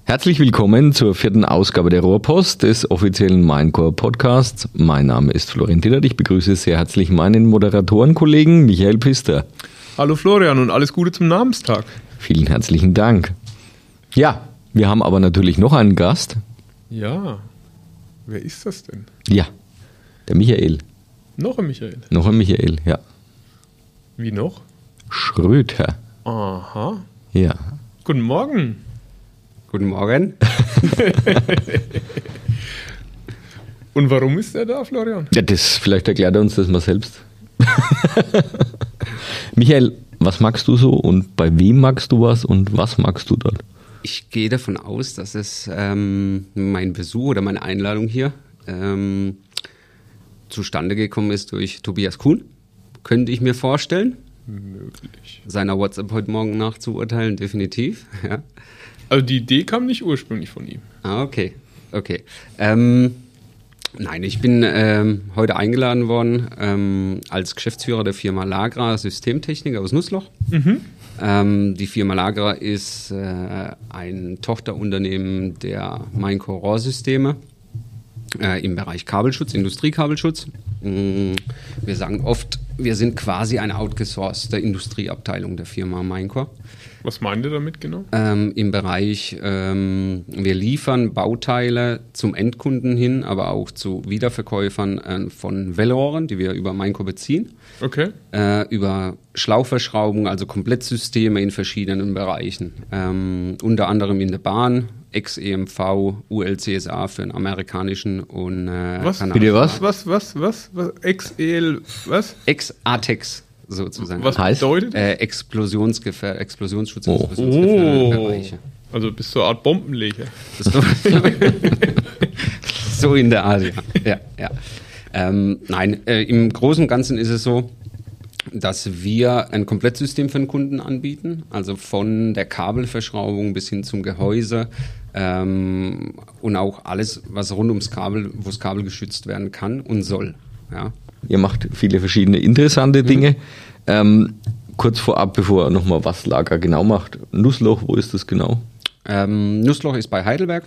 Herzlich willkommen zur 4. Ausgabe der Rohrpost des offiziellen Minecore Podcasts. Mein Name ist Florian Tillert. Ich begrüße sehr herzlich meinen Moderatorenkollegen Michael Pister. Hallo Florian und alles Gute zum Namenstag. Vielen herzlichen Dank. Ja, wir haben aber natürlich noch einen Gast. Ja, wer ist das denn? Ja, der Michael. Noch ein Michael? Noch ein Michael, ja. Wie noch? Schröter. Aha. Ja. Guten Morgen. Guten Morgen. Und warum ist er da, Florian? Ja, vielleicht erklärt er uns das mal selbst. Michael, was magst du so und bei wem magst du was und was magst du dort? Ich gehe davon aus, dass es mein Besuch oder meine Einladung hier zustande gekommen ist durch Tobias Kuhn. Könnte ich mir vorstellen. Möglich. Seiner WhatsApp heute Morgen nachzuurteilen, definitiv. Ja. Also die Idee kam nicht ursprünglich von ihm. Ah, okay. Nein, ich bin heute eingeladen worden als Geschäftsführer der Firma Lagra Systemtechnik aus Nussloch. Die Firma Lagra ist ein Tochterunternehmen der Minecore Rohrsysteme im Bereich Kabelschutz, Industriekabelschutz. Wir sagen oft, wir sind quasi eine outgesourcete Industrieabteilung der Firma Minecore. Was meint ihr damit genau? Im Bereich, wir liefern Bauteile zum Endkunden hin, aber auch zu Wiederverkäufern von Wellrohren, die wir über Minecore beziehen. Okay. Über Schlauchverschraubung, also Komplettsysteme in verschiedenen Bereichen. Unter anderem in der Bahn, ex-EMV, ULCSA für den amerikanischen und Was? Bitte was? Was? Ex-EL, was? Ex-ATEX sozusagen. Was bedeutet? Explosionsschutz. Oh. Bereiche. Also bist du eine Art Bombenleger. So in der Art, ja. Nein, im Großen und Ganzen ist es so, dass wir ein Komplettsystem für den Kunden anbieten, also von der Kabelverschraubung bis hin zum Gehäuse und auch alles, was rund ums Kabel, wo das Kabel geschützt werden kann und soll. Ja. Ihr macht viele verschiedene interessante Dinge. Kurz vorab, bevor nochmal was Lagra genau macht. Nussloch, wo ist das genau? Nussloch ist bei Heidelberg.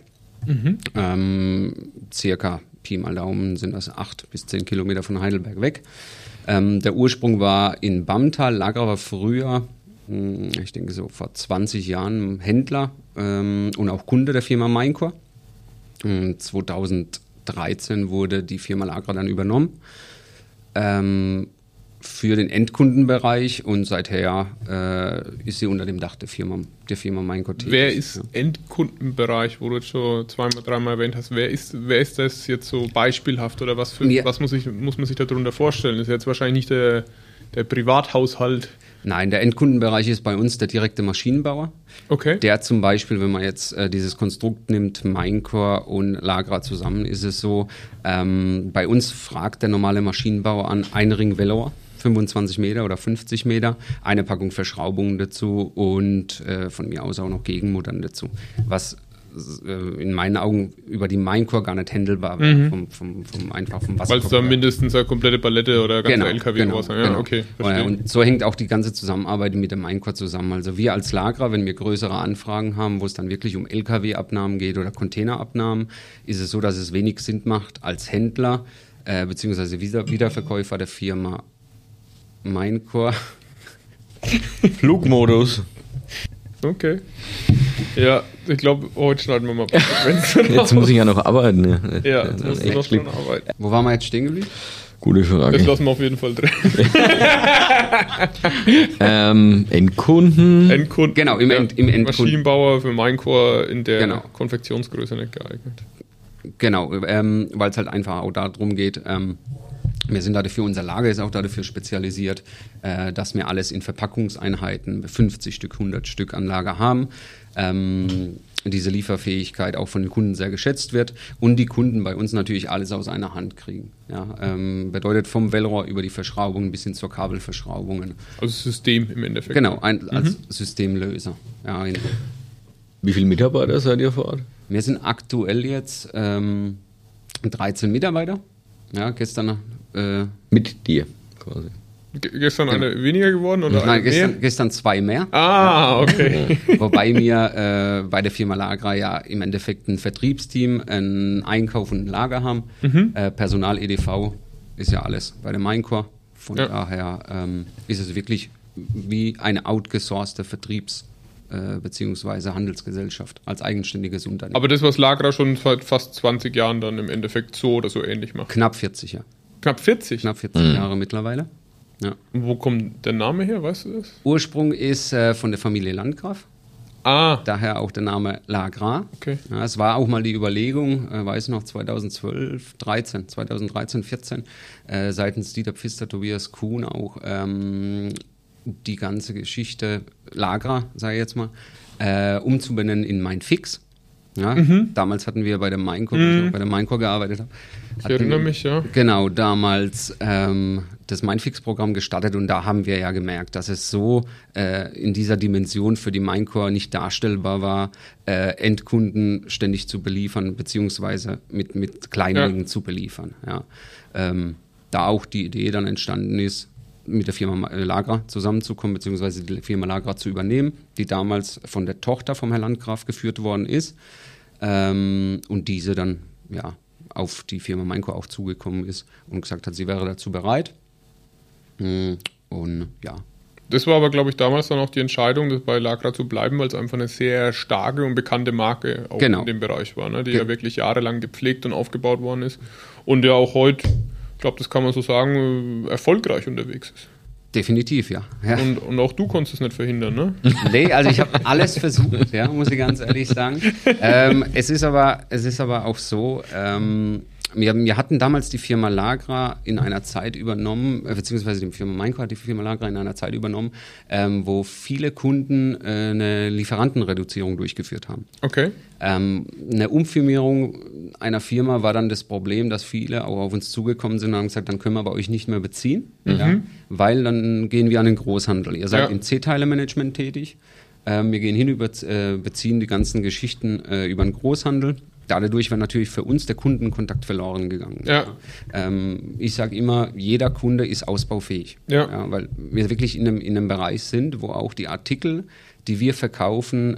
Circa Pi mal Daumen sind das 8 bis 10 Kilometer von Heidelberg weg. Der Ursprung war in Bamtal. Lagra war früher, ich denke so vor 20 Jahren, Händler und auch Kunde der Firma Minecore. 2013 wurde die Firma Lagra dann übernommen für den Endkundenbereich und seither ist sie unter dem Dach der Firma Minecore tätig. Wer ist Endkundenbereich, wo du jetzt schon dreimal erwähnt hast? Wer ist das jetzt so beispielhaft oder was muss man sich darunter vorstellen? Das ist jetzt wahrscheinlich nicht der Privathaushalt. Nein, der Endkundenbereich ist bei uns der direkte Maschinenbauer. Okay. Der zum Beispiel, wenn man jetzt dieses Konstrukt nimmt, Minecore und Lagra zusammen, ist es so, bei uns fragt der normale Maschinenbauer an, ein Ring Wellrohr, 25 Meter oder 50 Meter, eine Packung Verschraubungen dazu und von mir aus auch noch Gegenmuttern dazu. Was in meinen Augen über die Minecore gar nicht handelbar wäre, vom Wasser. Weil es da mindestens eine komplette Palette oder ganze LKW genau. Okay, verstehe. Und so hängt auch die ganze Zusammenarbeit mit der Minecore zusammen. Also wir als Lagra, wenn wir größere Anfragen haben, wo es dann wirklich um LKW-Abnahmen geht oder Containerabnahmen, ist es so, dass es wenig Sinn macht, als Händler beziehungsweise Wiederverkäufer der Firma Minecore Flugmodus. Okay. Ja, ich glaube, heute schneiden wir mal. Jetzt muss ich ja noch arbeiten. Ja, jetzt musst du noch dran arbeiten. Wo waren wir jetzt stehen geblieben? Gute Frage. Das lassen wir auf jeden Fall drin. Endkunden. Genau, im Endkunden. Maschinenbauer für Minecore in der Konfektionsgröße nicht geeignet. Genau, weil es halt einfach auch darum geht, wir sind dafür, unser Lager ist auch dafür spezialisiert, dass wir alles in Verpackungseinheiten, 50 Stück, 100 Stück an Lager haben. Diese Lieferfähigkeit auch von den Kunden sehr geschätzt wird und die Kunden bei uns natürlich alles aus einer Hand kriegen. Ja, bedeutet vom Wellrohr über die Verschraubungen bis hin zur Kabelverschraubungen. Also System im Endeffekt. Genau, als Systemlöser. Ja, Wie viele Mitarbeiter seid ihr vor Ort? Wir sind aktuell jetzt 13 Mitarbeiter. Ja, gestern mit dir quasi. Gestern eine weniger geworden? Oder Nein, gestern 2 mehr. Okay. Wobei wir bei der Firma Lagra ja im Endeffekt ein Vertriebsteam, einen Einkauf und ein Lager haben. Personal, EDV ist ja alles bei der Minecore. Von daher ist es wirklich wie eine outgesourcete Vertriebs- bzw. Handelsgesellschaft als eigenständiges Unternehmen. Aber das, was Lagra schon seit fast 20 Jahren dann im Endeffekt so oder so ähnlich macht? Knapp 40, ja. Knapp 40? Knapp 40 Jahre mittlerweile. Ja. Und wo kommt der Name her, weißt du das? Ursprung ist von der Familie Landgraf. Daher auch der Name Lagra. Okay. Ja, es war auch mal die Überlegung, weiß noch, 2013, 14, seitens Dieter Pfister, Tobias Kuhn auch die ganze Geschichte Lagra, sage ich jetzt mal, umzubenennen in MindFix. Ja, damals hatten wir bei der Minecore gearbeitet habe. Ich erinnere mich, ja. Genau, damals das MindFix-Programm gestartet und da haben wir ja gemerkt, dass es so in dieser Dimension für die Minecore nicht darstellbar war, Endkunden ständig zu beliefern, beziehungsweise mit Kleinmengen zu beliefern. Ja. Da auch die Idee dann entstanden ist, mit der Firma Lagra zusammenzukommen, beziehungsweise die Firma Lagra zu übernehmen, die damals von der Tochter vom Herrn Landgraf geführt worden ist und diese dann auf die Firma Minecore auch zugekommen ist und gesagt hat, sie wäre dazu bereit. Und ja. Das war aber, glaube ich, damals dann auch die Entscheidung, bei Lagra zu bleiben, weil es einfach eine sehr starke und bekannte Marke auch in dem Bereich war, ne? Die ja wirklich jahrelang gepflegt und aufgebaut worden ist und ja auch heute, ich glaube, das kann man so sagen, erfolgreich unterwegs ist. Definitiv, ja. Und auch du konntest es nicht verhindern, ne? Nee, also ich habe alles versucht, muss ich ganz ehrlich sagen. Es ist aber auch so, wir hatten damals die Firma Lagra in einer Zeit übernommen, beziehungsweise die Firma Minecore hat die Firma Lagra in einer Zeit übernommen, wo viele Kunden eine Lieferantenreduzierung durchgeführt haben. Okay. Eine Umfirmierung einer Firma war dann das Problem, dass viele auch auf uns zugekommen sind und haben gesagt, dann können wir bei euch nicht mehr beziehen, weil dann gehen wir an den Großhandel. Ihr seid im C-Teile-Management tätig. Wir gehen hin, beziehen die ganzen Geschichten über den Großhandel. Dadurch wäre natürlich für uns der Kundenkontakt verloren gegangen. Ja. Ich sage immer, jeder Kunde ist ausbaufähig, weil wir wirklich in einem Bereich sind, wo auch die Artikel, die wir verkaufen,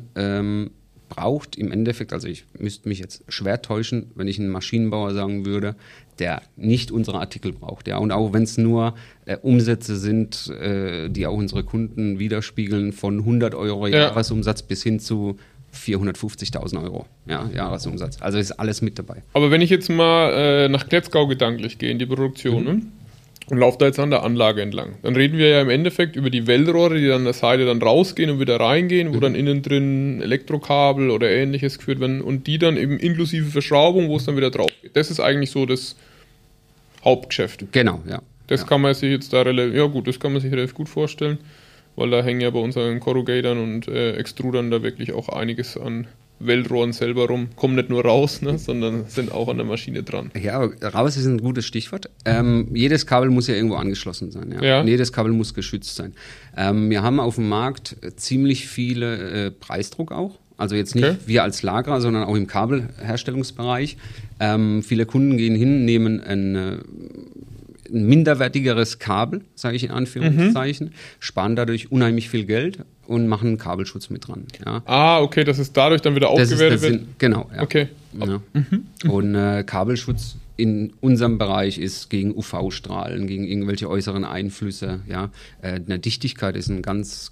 braucht im Endeffekt, also ich müsste mich jetzt schwer täuschen, wenn ich einen Maschinenbauer sagen würde, der nicht unsere Artikel braucht. Ja. Und auch wenn es nur Umsätze sind, die auch unsere Kunden widerspiegeln, von 100 Euro Jahresumsatz bis hin zu 450.000 Euro Jahresumsatz. Also ist alles mit dabei. Aber wenn ich jetzt mal nach Kletzgau gedanklich gehe in die Produktion und laufe da jetzt an der Anlage entlang, dann reden wir ja im Endeffekt über die Wellrohre, die dann an der Seite dann rausgehen und wieder reingehen, wo dann innen drin Elektrokabel oder ähnliches geführt werden und die dann eben inklusive Verschraubung, wo es dann wieder drauf geht. Das ist eigentlich so das Hauptgeschäft. Genau, ja. Das kann man sich jetzt da das kann man sich relativ gut vorstellen. Weil da hängen ja bei unseren Corrugatern und Extrudern da wirklich auch einiges an Weltrohren selber rum. Kommen nicht nur raus, sondern sind auch an der Maschine dran. Ja, raus ist ein gutes Stichwort. Jedes Kabel muss ja irgendwo angeschlossen sein. Ja? Und jedes Kabel muss geschützt sein. Wir haben auf dem Markt ziemlich viele Preisdruck auch. Also jetzt nicht wir als Lagra, sondern auch im Kabelherstellungsbereich. Viele Kunden gehen hin, nehmen ein minderwertigeres Kabel, sage ich in Anführungszeichen, sparen dadurch unheimlich viel Geld und machen einen Kabelschutz mit dran. Ja. Okay, dass es dadurch dann wieder aufgewertet wird? Genau, ja. Okay. Ja. Und Kabelschutz in unserem Bereich ist gegen UV-Strahlen, gegen irgendwelche äußeren Einflüsse. Ja. Eine Dichtigkeit ist ein ganz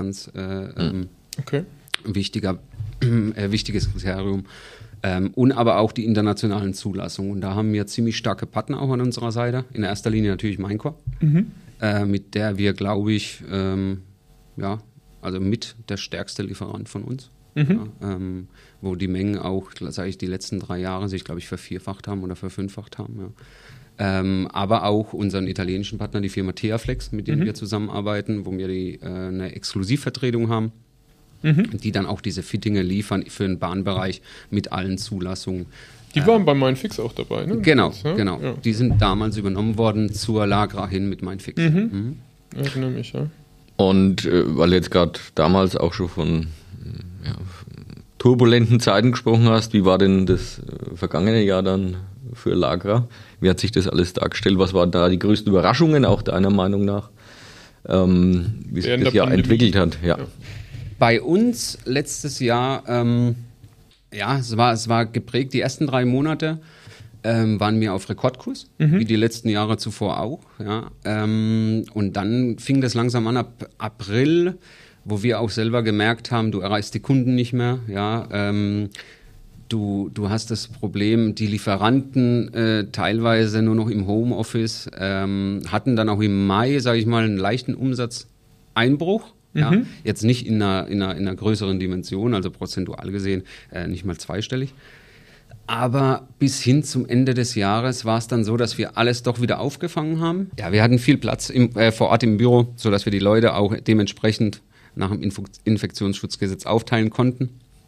wichtiges Kriterium. Und aber auch die internationalen Zulassungen. Und da haben wir ziemlich starke Partner auch an unserer Seite. In erster Linie natürlich Minecore, mit der wir, glaube ich, also mit der stärkste Lieferant von uns. Wo die Mengen auch, sage ich, die letzten 3 Jahre sich, glaube ich, vervierfacht haben oder verfünffacht haben. Ja. Aber auch unseren italienischen Partner, die Firma Teaflex, mit denen wir zusammenarbeiten, wo wir eine Exklusivvertretung haben. Die dann auch diese Fittinge liefern für den Bahnbereich mit allen Zulassungen. Die waren bei MindFix auch dabei, ne? Genau. Ja. Die sind damals übernommen worden zur Lagra hin mit MindFix. Ja, erinnere mich, ja. Und weil du jetzt gerade damals auch schon von turbulenten Zeiten gesprochen hast, wie war denn das vergangene Jahr dann für Lagra? Wie hat sich das alles dargestellt? Was waren da die größten Überraschungen, auch deiner Meinung nach? wie sich das Jahr entwickelt hat. Ja. Bei uns letztes Jahr, es war geprägt, die ersten 3 Monate waren wir auf Rekordkurs, wie die letzten Jahre zuvor auch. Ja. Und dann fing das langsam an ab April, wo wir auch selber gemerkt haben, du erreichst die Kunden nicht mehr. Ja. Du hast das Problem, die Lieferanten teilweise nur noch im Homeoffice, hatten dann auch im Mai, sage ich mal, einen leichten Umsatzeinbruch. Ja, jetzt nicht in einer größeren Dimension, also prozentual gesehen nicht mal zweistellig. Aber bis hin zum Ende des Jahres war es dann so, dass wir alles doch wieder aufgefangen haben. Ja, wir hatten viel Platz vor Ort im Büro, sodass wir die Leute auch dementsprechend nach dem Infektionsschutzgesetz aufteilen konnten.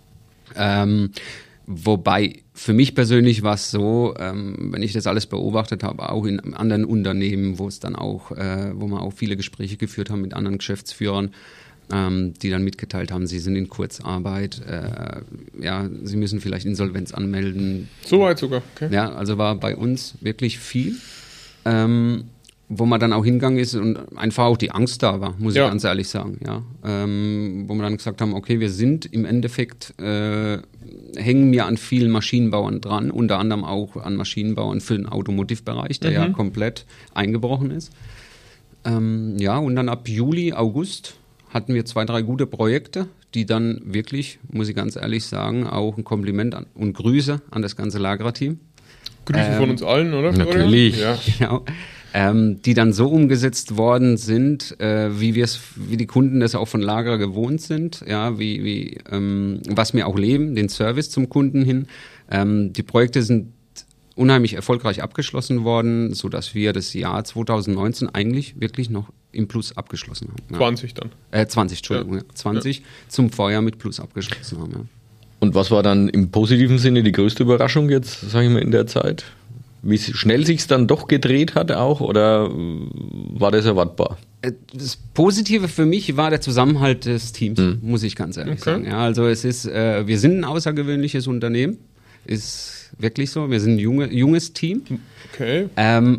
Wobei für mich persönlich war es so, wenn ich das alles beobachtet habe, auch in anderen Unternehmen, wo man auch viele Gespräche geführt haben mit anderen Geschäftsführern, die dann mitgeteilt haben, sie sind in Kurzarbeit, sie müssen vielleicht Insolvenz anmelden. So weit sogar, okay. Ja, also war bei uns wirklich viel, wo man dann auch hingegangen ist und einfach auch die Angst da war, muss ich ganz ehrlich sagen. Ja. Wo wir dann gesagt haben, okay, wir sind im Endeffekt, hängen wir an vielen Maschinenbauern dran, unter anderem auch an Maschinenbauern für den Automotive-Bereich, der ja komplett eingebrochen ist. Und dann ab Juli, August hatten wir 2, 3 gute Projekte, die dann wirklich, muss ich ganz ehrlich sagen, auch ein Kompliment und Grüße an das ganze Lagerer-Team. Grüße von uns allen, oder? Natürlich. Ja. Genau. Die dann so umgesetzt worden sind, wie die Kunden das auch von Lagerer gewohnt sind, ja, was wir auch leben, den Service zum Kunden hin. Die Projekte sind unheimlich erfolgreich abgeschlossen worden, sodass wir das Jahr 2019 eigentlich wirklich noch im Plus abgeschlossen haben. Ja. 20 dann. 20, Entschuldigung. Ja. 20 zum Vorjahr mit Plus abgeschlossen haben. Ja. Und was war dann im positiven Sinne die größte Überraschung jetzt, sage ich mal, in der Zeit? Wie schnell sich es dann doch gedreht hat auch, oder war das erwartbar? Das Positive für mich war der Zusammenhalt des Teams, muss ich ganz ehrlich sagen. Ja, also es ist, wir sind ein außergewöhnliches Unternehmen, ist wirklich so. Wir sind ein junges Team. Okay.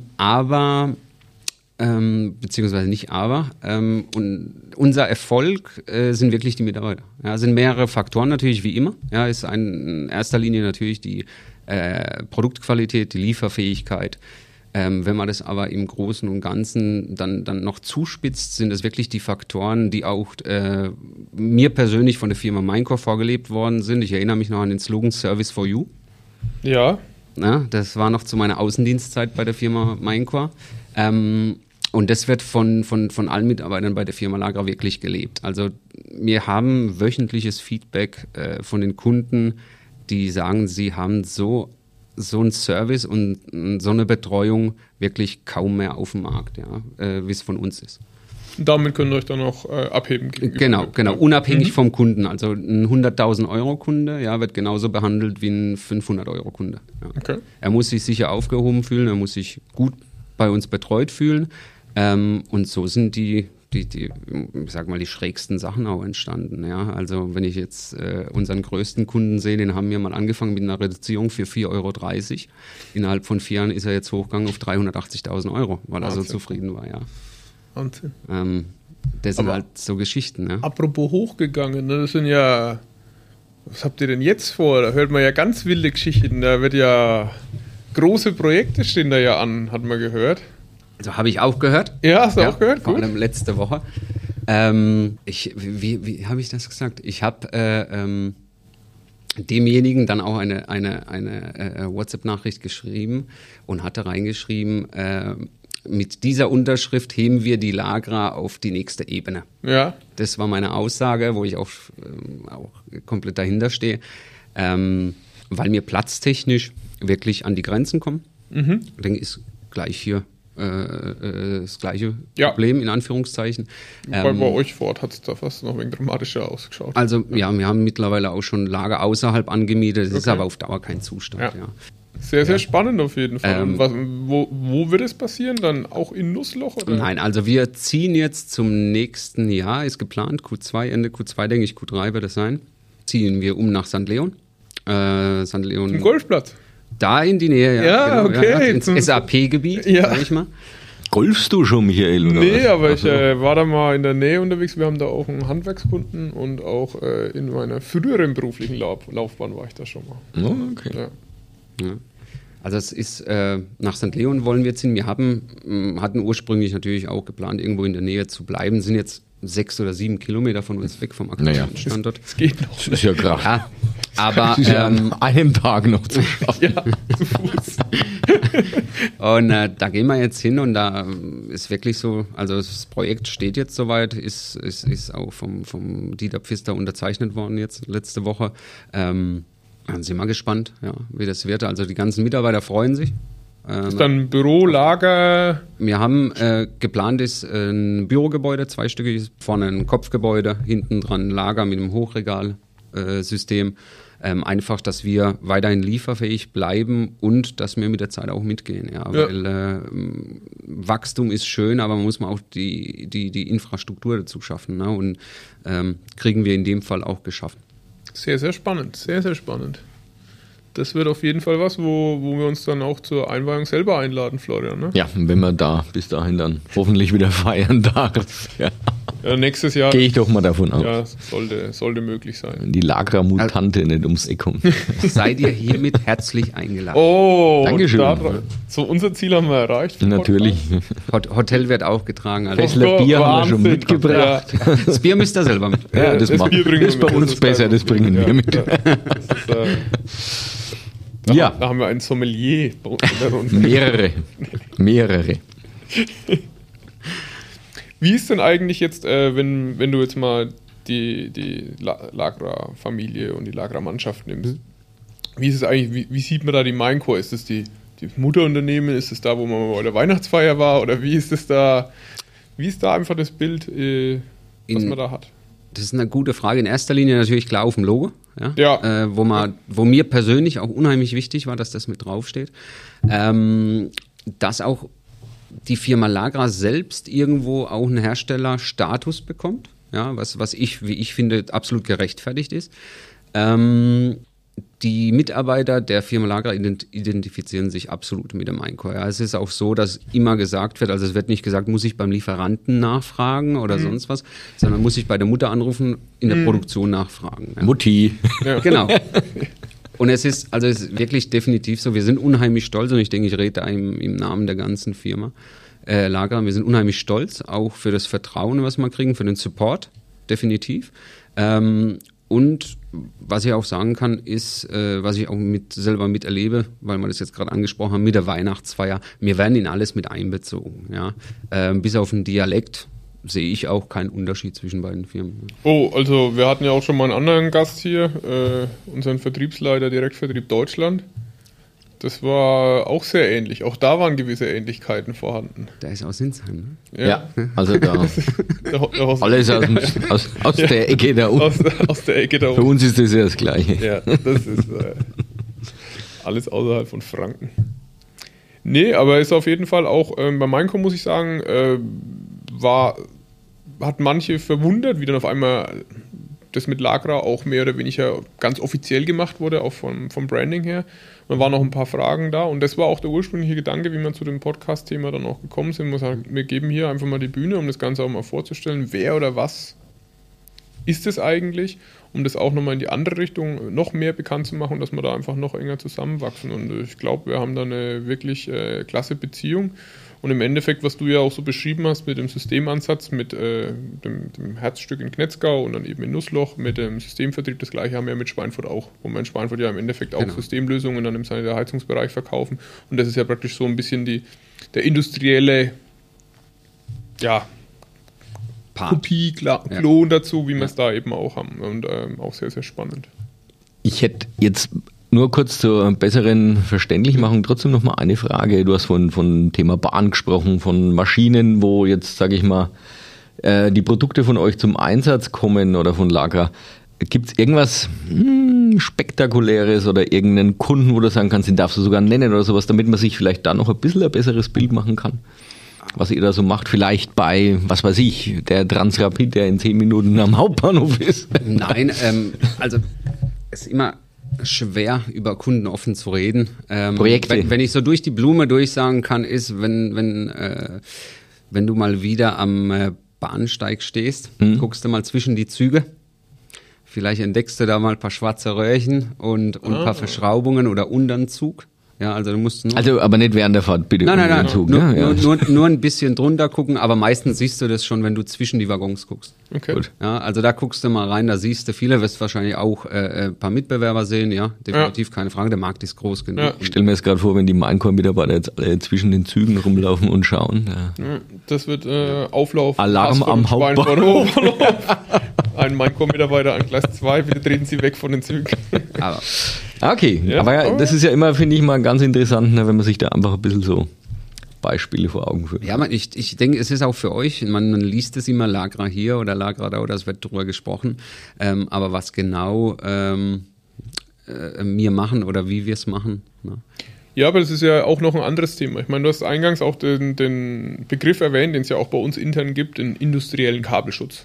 Beziehungsweise nicht aber. Und unser Erfolg sind wirklich die Mitarbeiter. Ja, sind mehrere Faktoren natürlich, wie immer. Ja, ist in erster Linie natürlich die Produktqualität, die Lieferfähigkeit. Wenn man das aber im Großen und Ganzen dann noch zuspitzt, sind es wirklich die Faktoren, die auch mir persönlich von der Firma Maincore vorgelebt worden sind. Ich erinnere mich noch an den Slogan Service for You. Ja. Das war noch zu meiner Außendienstzeit bei der Firma Maincore. Und das wird von allen Mitarbeitern bei der Firma Lagerer wirklich gelebt. Also wir haben wöchentliches Feedback von den Kunden, die sagen, sie haben so einen Service und so eine Betreuung wirklich kaum mehr auf dem Markt, wie es von uns ist. Und damit könnt ihr euch dann auch abheben. Genau, unabhängig vom Kunden. Also ein 100.000 Euro Kunde wird genauso behandelt wie ein 500 Euro Kunde. Ja. Okay. Er muss sich sicher aufgehoben fühlen, er muss sich gut bei uns betreut fühlen. Und so sind die ich sag mal, die schrägsten Sachen auch entstanden. Ja? Also wenn ich jetzt unseren größten Kunden sehe, den haben wir mal angefangen mit einer Reduzierung für 4,30 Euro. Innerhalb von 4 Jahren ist er jetzt hochgegangen auf 380.000 Euro, weil er so zufrieden war. Ja. Wahnsinn. Das sind halt so Geschichten. Ja? Apropos hochgegangen, ne? Das sind ja, was habt ihr denn jetzt vor? Da hört man ja ganz wilde Geschichten. Da wird ja, große Projekte stehen da ja an, hat man gehört. Also habe ich auch gehört. Ja, hast du auch gehört? Vor allem letzte Woche. Wie habe ich das gesagt? Ich habe demjenigen dann auch eine WhatsApp-Nachricht geschrieben und hatte reingeschrieben, mit dieser Unterschrift heben wir die Lagerer auf die nächste Ebene. Ja. Das war meine Aussage, wo ich auch komplett dahinter stehe, weil wir platztechnisch wirklich an die Grenzen kommen. Ich denke, ist gleich hier das gleiche Problem, in Anführungszeichen. Bei euch vor Ort hat es da fast noch ein wenig dramatischer ausgeschaut. Also ja, wir haben mittlerweile auch schon Lager außerhalb angemietet, das ist aber auf Dauer kein Zustand. Ja. Sehr, sehr spannend auf jeden Fall. Wo wird es passieren? Dann auch in Nussloch? Oder? Nein, also wir ziehen jetzt zum nächsten Jahr, ist geplant, Ende Q2, denke ich, Q3 wird es sein, ziehen wir nach St. Leon. St. Leon. Im Golfplatz? Da in die Nähe, ja. Ja, genau, okay. Ins SAP-Gebiet, sag ich mal. Golfst du schon, Michael? Oder Nee, was? aber ich Ach so. war da mal in der Nähe unterwegs. Wir haben da auch einen Handwerkskunden und auch in meiner früheren beruflichen Laufbahn war ich da schon mal. Oh, okay. Ja. Ja. Also es ist, nach St. Leon wollen wir ziehen. Wir hatten ursprünglich natürlich auch geplant, irgendwo in der Nähe zu bleiben, sind jetzt 6 oder 7 Kilometer von uns weg vom aktuellen Standort. Es geht noch. Das ist ja krass. Ja, aber Das ist ja an einem Tag noch zu schaffen. Ja, zu Fuß. und da gehen wir jetzt hin und da ist wirklich so, also das Projekt steht jetzt soweit, ist auch vom Dieter Pfister unterzeichnet worden jetzt letzte Woche. Dann sind wir gespannt, ja, wie das wird. Also die ganzen Mitarbeiter freuen sich. Ist dann Büro, Lager. Wir haben geplant ist ein Bürogebäude, zweistöckig, vorne ein Kopfgebäude, hinten dran ein Lager mit einem Hochregalsystem. Einfach, dass wir weiterhin lieferfähig bleiben und dass wir mit der Zeit auch mitgehen. Ja, weil Wachstum ist schön, aber man muss auch die Infrastruktur dazu schaffen. Ne? Und kriegen wir in dem Fall auch geschaffen. Sehr, sehr spannend. Sehr, sehr spannend. Das wird auf jeden Fall was, wo wir uns dann auch zur Einweihung selber einladen, Florian. Ne? Ja, wenn man da bis dahin dann hoffentlich wieder feiern darf. Ja. Ja, nächstes Jahr. Gehe ich doch mal davon aus. Ja, sollte möglich sein. Wenn die Lagra-Mutante nicht ums Eck kommt. Seid ihr hiermit herzlich eingeladen. Oh, Dankeschön. So, unser Ziel haben wir erreicht. Natürlich. Hotel wird auch getragen. Also Fessler Bier haben wir schon Wahnsinn. mitgebracht. Ja. das Bier müsst ihr selber mit. Ja, das Das macht. Bier bringen Das ist wir bei mit, uns das ist besser, kein das Problem. bringen wir mit. Ja. Das ist, Ja. Da haben wir einen Sommelier bei uns in der Runde. Mehrere. Wie ist denn eigentlich jetzt, wenn du jetzt mal die Lagra-Familie und die Lagra-Mannschaft nimmst? Wie ist es eigentlich, wie sieht man da die Minecore? Ist das die Mutterunternehmen? Ist es da, wo man bei der Weihnachtsfeier war? Oder wie ist da einfach das Bild, was man da hat? Das ist eine gute Frage. In erster Linie natürlich klar auf dem Logo, Ja. wo mir persönlich auch unheimlich wichtig war, dass das mit draufsteht. Dass auch die Firma Lagra selbst irgendwo auch einen Herstellerstatus bekommt, ja, wie ich finde, absolut gerechtfertigt ist. Die Mitarbeiter der Firma Lagra identifizieren sich absolut mit dem Minecore. Ja. Es ist auch so, dass immer gesagt wird, also es wird nicht gesagt, muss ich beim Lieferanten nachfragen oder sonst was, sondern muss ich bei der Mutter anrufen, in der Produktion nachfragen. Ja. Mutti. Ja. Genau. Und es ist wirklich definitiv so, wir sind unheimlich stolz und ich denke, ich rede da im Namen der ganzen Firma Lagra. Wir sind unheimlich stolz, auch für das Vertrauen, was wir kriegen, für den Support, definitiv. Und was ich auch sagen kann, ist, was ich auch selber miterlebe, weil wir das jetzt gerade angesprochen haben, mit der Weihnachtsfeier, wir werden in alles mit einbezogen. Ja? Bis auf den Dialekt sehe ich auch keinen Unterschied zwischen beiden Firmen. Oh, also wir hatten ja auch schon mal einen anderen Gast hier, unseren Vertriebsleiter Direktvertrieb Deutschland. Das war auch sehr ähnlich. Auch da waren gewisse Ähnlichkeiten vorhanden. Der ist aus Sinsheim, ne? Ja, also da. Der Alles aus der Ecke da unten. aus der Ecke da Für oben. uns ist das ja das Gleiche. Ja, das ist alles außerhalb von Franken. Nee, aber ist auf jeden Fall auch, bei Minecore muss ich sagen, hat manche verwundert, wie dann auf einmal das mit Lagra auch mehr oder weniger ganz offiziell gemacht wurde, auch vom Branding her. Und waren noch ein paar Fragen da und das war auch der ursprüngliche Gedanke, wie wir zu dem Podcast-Thema dann auch gekommen sind. Wir geben hier einfach mal die Bühne, um das Ganze auch mal vorzustellen, wer oder was ist es eigentlich, um das auch nochmal in die andere Richtung noch mehr bekannt zu machen, dass wir da einfach noch enger zusammenwachsen. Und ich glaube, wir haben da eine wirklich klasse Beziehung. Und im Endeffekt, was du ja auch so beschrieben hast mit dem Systemansatz, mit dem Herzstück in Knetzgau und dann eben in Nussloch, mit dem Systemvertrieb, das gleiche haben wir ja mit Schweinfurt auch, wo wir in Schweinfurt ja im Endeffekt auch Systemlösungen dann im Sanitärheizungsbereich verkaufen. Und das ist ja praktisch so ein bisschen der industrielle, Kopie, Klon dazu, wie wir es da eben auch haben. Und auch sehr, sehr spannend. Ich hätte jetzt nur kurz zur besseren Verständlichmachung trotzdem noch mal eine Frage. Du hast von Thema Bahn gesprochen, von Maschinen, wo jetzt, sage ich mal, die Produkte von euch zum Einsatz kommen oder von Lagra. Gibt es irgendwas Spektakuläres oder irgendeinen Kunden, wo du sagen kannst, den darfst du sogar nennen oder sowas, damit man sich vielleicht da noch ein bisschen ein besseres Bild machen kann? Was ihr da so macht, vielleicht bei, was weiß ich, der Transrapid, der in 10 Minuten am Hauptbahnhof ist. Nein, also es ist immer schwer, über Kunden offen zu reden. Projekte. Wenn ich so durch die Blume durchsagen kann, ist, wenn du mal wieder am Bahnsteig stehst, guckst du mal zwischen die Züge. Vielleicht entdeckst du da mal ein paar schwarze Röhrchen und ein paar Verschraubungen oder untern Zug. Ja, also du musst nur aber nicht während der Fahrt, bitte. Nein. Zug, nur ein bisschen drunter gucken, aber meistens siehst du das schon, wenn du zwischen die Waggons guckst. Okay. Gut. Ja, also da guckst du mal rein, da siehst du viele, wirst wahrscheinlich auch ein paar Mitbewerber sehen, ja, definitiv keine Frage, der Markt ist groß genug. Ja. Ich stelle mir jetzt gerade vor, wenn die Minecore-Mitarbeiter jetzt alle zwischen den Zügen rumlaufen und schauen. Das wird Auflauf. Alarm Pass am von dem Hauptbahnhof. Schweinbahnhof. Ein Minecore-Mitarbeiter an Gleis 2, bitte treten Sie weg von den Zügen. Aber Okay, Ja, aber das ist ja immer, finde ich mal ganz interessant, ne, wenn man sich da einfach ein bisschen so Beispiele vor Augen führt. ja, ich denke, es ist auch für euch, man liest es immer, Lagra hier oder Lagra da, oder es wird drüber gesprochen, aber was genau wir machen oder wie wir es machen. Ne? Ja, aber das ist ja auch noch ein anderes Thema. Ich meine, du hast eingangs auch den Begriff erwähnt, den es ja auch bei uns intern gibt, den industriellen Kabelschutz.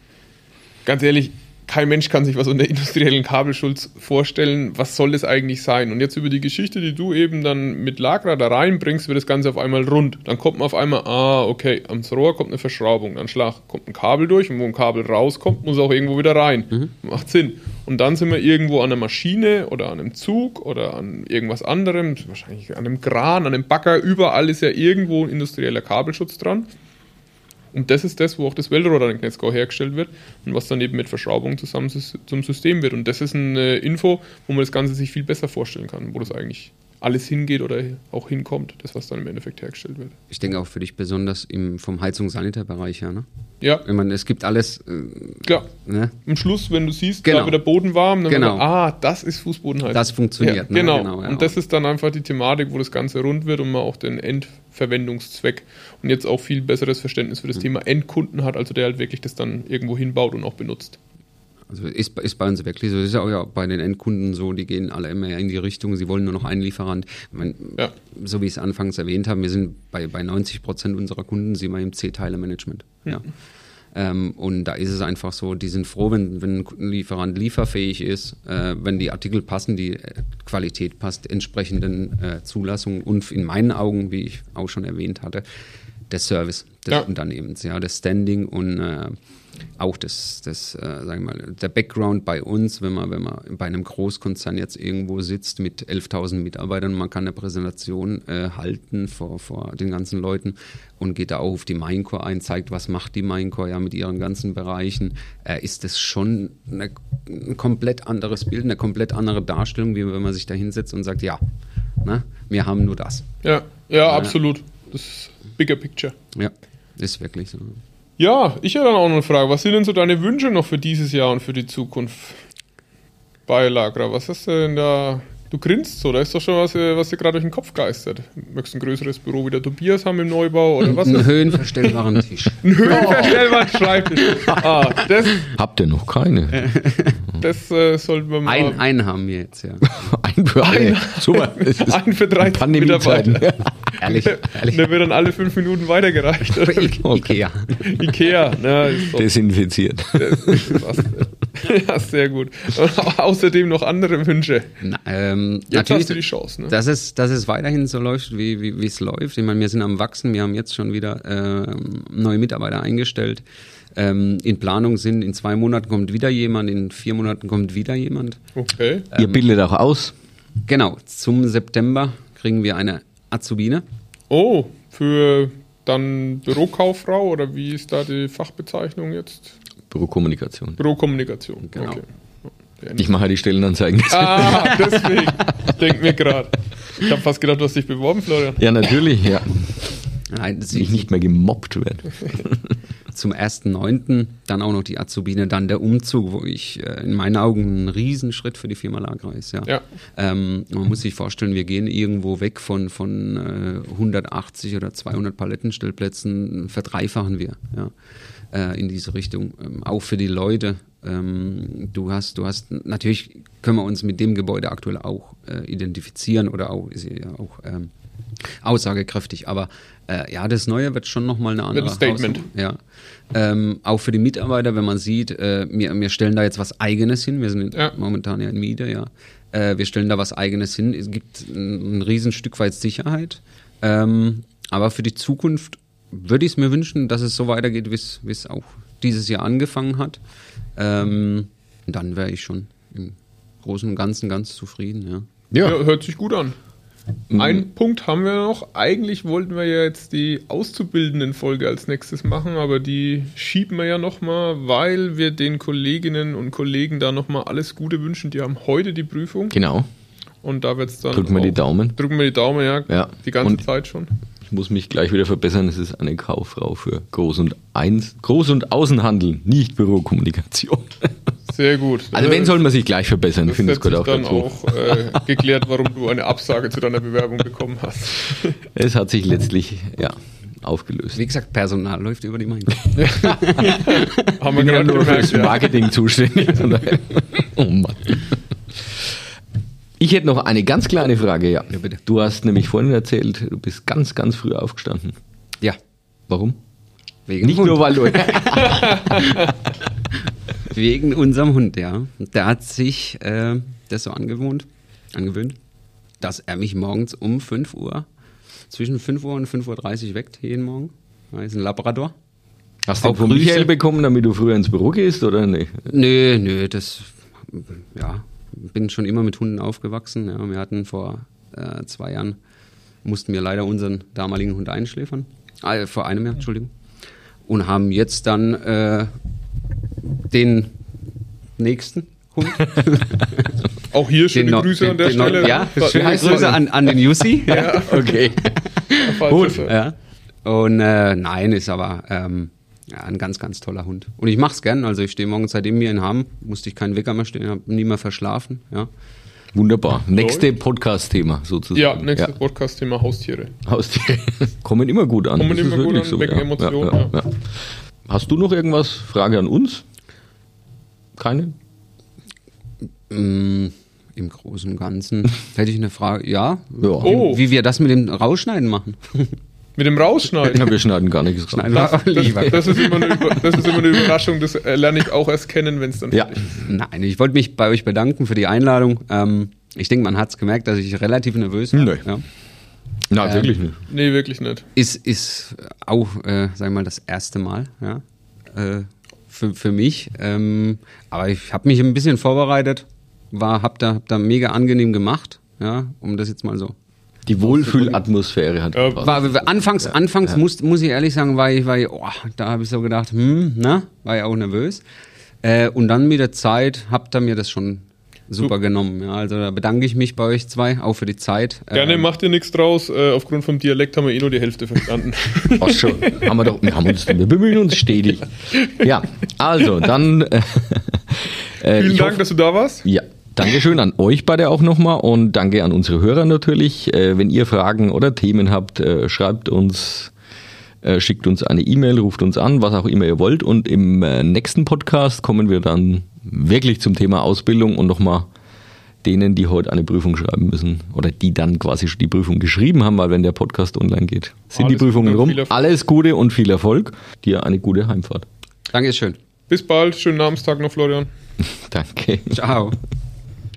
Ganz ehrlich, kein Mensch kann sich was unter industriellen Kabelschutz vorstellen. Was soll das eigentlich sein? Und jetzt über die Geschichte, die du eben dann mit Lagra da reinbringst, wird das Ganze auf einmal rund. Dann kommt man auf einmal, okay, ans Rohr kommt eine Verschraubung, dann kommt ein Kabel durch und wo ein Kabel rauskommt, muss auch irgendwo wieder rein. Macht Sinn. Und dann sind wir irgendwo an einer Maschine oder an einem Zug oder an irgendwas anderem, wahrscheinlich an einem Kran, an einem Bagger, überall ist ja irgendwo ein industrieller Kabelschutz dran. Und das ist das, wo auch das Weltrohr dann in Knetzgau hergestellt wird und was dann eben mit Verschraubung zusammen zum System wird. Und das ist eine Info, wo man das Ganze sich viel besser vorstellen kann, wo das eigentlich alles hingeht oder auch hinkommt, das, was dann im Endeffekt hergestellt wird. Ich denke auch für dich besonders vom Heizungs-Sanitärbereich her, ne? Ja, Ich meine, es gibt alles, klar. ne? Am Schluss, wenn du siehst, Genau. da wird der Boden warm, dann Genau. wird man, das ist Fußbodenheizung. Das funktioniert, Ja, ne? genau. Ja. Und das ist dann einfach die Thematik, wo das Ganze rund wird und man auch den Endverwendungszweck und jetzt auch viel besseres Verständnis für das Thema Endkunden hat, also der halt wirklich das dann irgendwo hinbaut und auch benutzt. Also ist bei uns wirklich so. Das ist auch ja bei den Endkunden so, die gehen alle immer in die Richtung, sie wollen nur noch einen Lieferant. Ich meine, so wie ich es anfangs erwähnt habe, wir sind bei 90% unserer Kunden sind wir im C-Teile-Management. Ja. Und da ist es einfach so, die sind froh, wenn ein Lieferant lieferfähig ist, wenn die Artikel passen, die Qualität passt, entsprechenden Zulassungen und in meinen Augen, wie ich auch schon erwähnt hatte, der Service des Unternehmens, ja, das Standing und auch sagen wir mal, der Background bei uns, wenn man bei einem Großkonzern jetzt irgendwo sitzt mit 11.000 Mitarbeitern, man kann eine Präsentation halten vor den ganzen Leuten und geht da auch auf die Minecore ein, zeigt, was macht die Minecore ja mit ihren ganzen Bereichen, ist das schon ein komplett anderes Bild, eine komplett andere Darstellung, wie wenn man sich da hinsetzt und sagt, ja, ne, wir haben nur das. Ja, absolut. Das ist bigger picture. Ja, ist wirklich so. Ja, ich habe dann auch noch eine Frage. Was sind denn so deine Wünsche noch für dieses Jahr und für die Zukunft bei Lagra? Was hast du denn da? Du grinst so, da ist doch schon was dir gerade durch den Kopf geistert. Möchtest du ein größeres Büro wie der Tobias haben im Neubau oder was? Einen höhenverstellbaren Tisch. Ein höhenverstellbaren Schreibtisch. Das Habt ihr noch keine? sollten wir mal... Einen haben wir jetzt, ja. Ein für alle. Super. Einen für 30 Pandemiezeiten. Mitarbeiter. Ehrlich. Der wird dann alle 5 Minuten weitergereicht. Oder? Ikea. Ikea, ne? Ist doch, Desinfiziert. ja, sehr gut. Und außerdem noch andere Wünsche. Jetzt hast du die Chance, ne? Dass es weiterhin so läuft, wie es läuft. Ich meine, wir sind am Wachsen, wir haben jetzt schon wieder neue Mitarbeiter eingestellt. In Planung sind, in 2 Monaten kommt wieder jemand, in 4 Monaten kommt wieder jemand. Okay. Ihr bildet auch aus. Genau, zum September kriegen wir eine Azubine. Oh, für dann Bürokauffrau oder wie ist da die Fachbezeichnung jetzt? Bürokommunikation. Bürokommunikation. Genau. Okay. Ich mache die Stellenanzeigen. Deswegen. Denk mir gerade. Ich habe fast gedacht, du hast dich beworben, Florian. Ja, natürlich, ja. Nein, Dass ich nicht mehr gemobbt werde. Zum 1.9. dann auch noch die Azubine, dann der Umzug, wo ich in meinen Augen ein Riesenschritt für die Firma Lagra ist. Ja. Man muss sich vorstellen, wir gehen irgendwo weg von 180 oder 200 Palettenstellplätzen, verdreifachen wir in diese Richtung. Auch für die Leute. Du hast, natürlich können wir uns mit dem Gebäude aktuell auch identifizieren oder auch, ist ja auch aussagekräftig, aber das Neue wird schon nochmal eine andere Statement. Ja. Auch für die Mitarbeiter, wenn man sieht, wir stellen da jetzt was Eigenes hin, wir sind momentan ja in Miete, ja. Wir stellen da was Eigenes hin. Es gibt ein Riesenstück weit Sicherheit. Aber für die Zukunft würde ich es mir wünschen, dass es so weitergeht, wie es auch dieses Jahr angefangen hat. Dann wäre ich schon im Großen und Ganzen ganz zufrieden. Ja, hört sich gut an. Einen Punkt haben wir noch. Eigentlich wollten wir ja jetzt die Auszubildenden-Folge als nächstes machen, aber die schieben wir ja nochmal, weil wir den Kolleginnen und Kollegen da nochmal alles Gute wünschen. Die haben heute die Prüfung. Genau. Und da wird es dann. Drücken wir die Daumen. Drücken wir die Daumen, ja. Die ganze Zeit schon. Ich muss mich gleich wieder verbessern. Es ist eine Kauffrau für Groß- und Außenhandel, nicht Bürokommunikation. Sehr gut. Also wenn soll man sich gleich verbessern, das finde ich gut auch dann dazu. Auch geklärt, warum du eine Absage zu deiner Bewerbung bekommen hast. Es hat sich letztlich aufgelöst. Wie gesagt, Personal läuft über die Main. Haben wir Ich bin ja gerade nur gemerkt, fürs Marketing zuständig. Oh Mann. Ich hätte noch eine ganz kleine Frage. Ja, bitte. Du hast nämlich vorhin erzählt, du bist ganz, ganz früh aufgestanden. Ja. Warum? Wegen Nicht Hund. nur, weil du... Wegen unserem Hund, ja. Der hat sich das so angewöhnt, dass er mich morgens um 5 Uhr, zwischen 5 Uhr und 5.30 Uhr weckt, jeden Morgen. Er ist ein Labrador. Hast du Auch von Grüße. Michael bekommen, damit du früher ins Büro gehst, oder nicht? Nö, bin schon immer mit Hunden aufgewachsen. Ja. Wir hatten vor 2 Jahren, mussten wir leider unseren damaligen Hund einschläfern. Vor einem Jahr, Entschuldigung. Und haben jetzt dann den nächsten Hund. Auch hier schöne Grüße an der Stelle. Ja, schöne Grüße an den Jussi. Ja. Okay. Gut. Ja. Und nein, ist aber ein ganz, ganz toller Hund. Und ich mach's gern. Also ich stehe morgens, seitdem wir ihn haben, musste ich keinen Wecker mehr stehen, habe nie mehr verschlafen. Ja. Wunderbar. Nächste Podcast-Thema sozusagen. Ja, nächstes Podcast-Thema Haustiere. Haustiere kommen immer gut an. Kommen Das immer ist gut wirklich an, wecken Emotionen. Ja. Hast du noch irgendwas? Frage an uns? Keine? Im Großen und Ganzen hätte ich eine Frage. Ja, Oh. wie wir das mit dem Rausschneiden machen. Mit dem Rausschneiden. Ja, wir schneiden gar nichts raus. Schneiden wir auch lieber. Das ist immer eine Überraschung, das lerne ich auch erst kennen, wenn es dann Ja. fertig ist. Nein, ich wollte mich bei euch bedanken für die Einladung. Ich denke, man hat es gemerkt, dass ich relativ nervös war. Nee. Ja. Nein, wirklich nicht. Nee, wirklich nicht. Ist auch, sagen wir mal, das erste Mal, ja, für mich. Aber ich habe mich ein bisschen vorbereitet, hab da mega angenehm gemacht, ja, um das jetzt mal so. Die Wohlfühlatmosphäre hat gepasst. Anfangs muss ich ehrlich sagen, da habe ich so gedacht, war ich auch nervös. Und dann mit der Zeit habt ihr mir das schon super genommen. Ja. Also da bedanke ich mich bei euch zwei, auch für die Zeit. Gerne, macht ihr nichts draus. Aufgrund vom Dialekt haben wir nur die Hälfte verstanden. Fast schon. Wir bemühen uns stetig. Ja, also dann... Vielen Dank, dass du da warst. Ja. Dankeschön an euch beide auch nochmal und danke an unsere Hörer natürlich. Wenn ihr Fragen oder Themen habt, schreibt uns, schickt uns eine E-Mail, ruft uns an, was auch immer ihr wollt. Und im nächsten Podcast kommen wir dann wirklich zum Thema Ausbildung und nochmal denen, die heute eine Prüfung schreiben müssen oder die dann quasi schon die Prüfung geschrieben haben, weil wenn der Podcast online geht, sind die Prüfungen rum. Alles Gute und viel Erfolg. Dir eine gute Heimfahrt. Dankeschön. Bis bald. Schönen Namenstag noch, Florian. Danke. Ciao.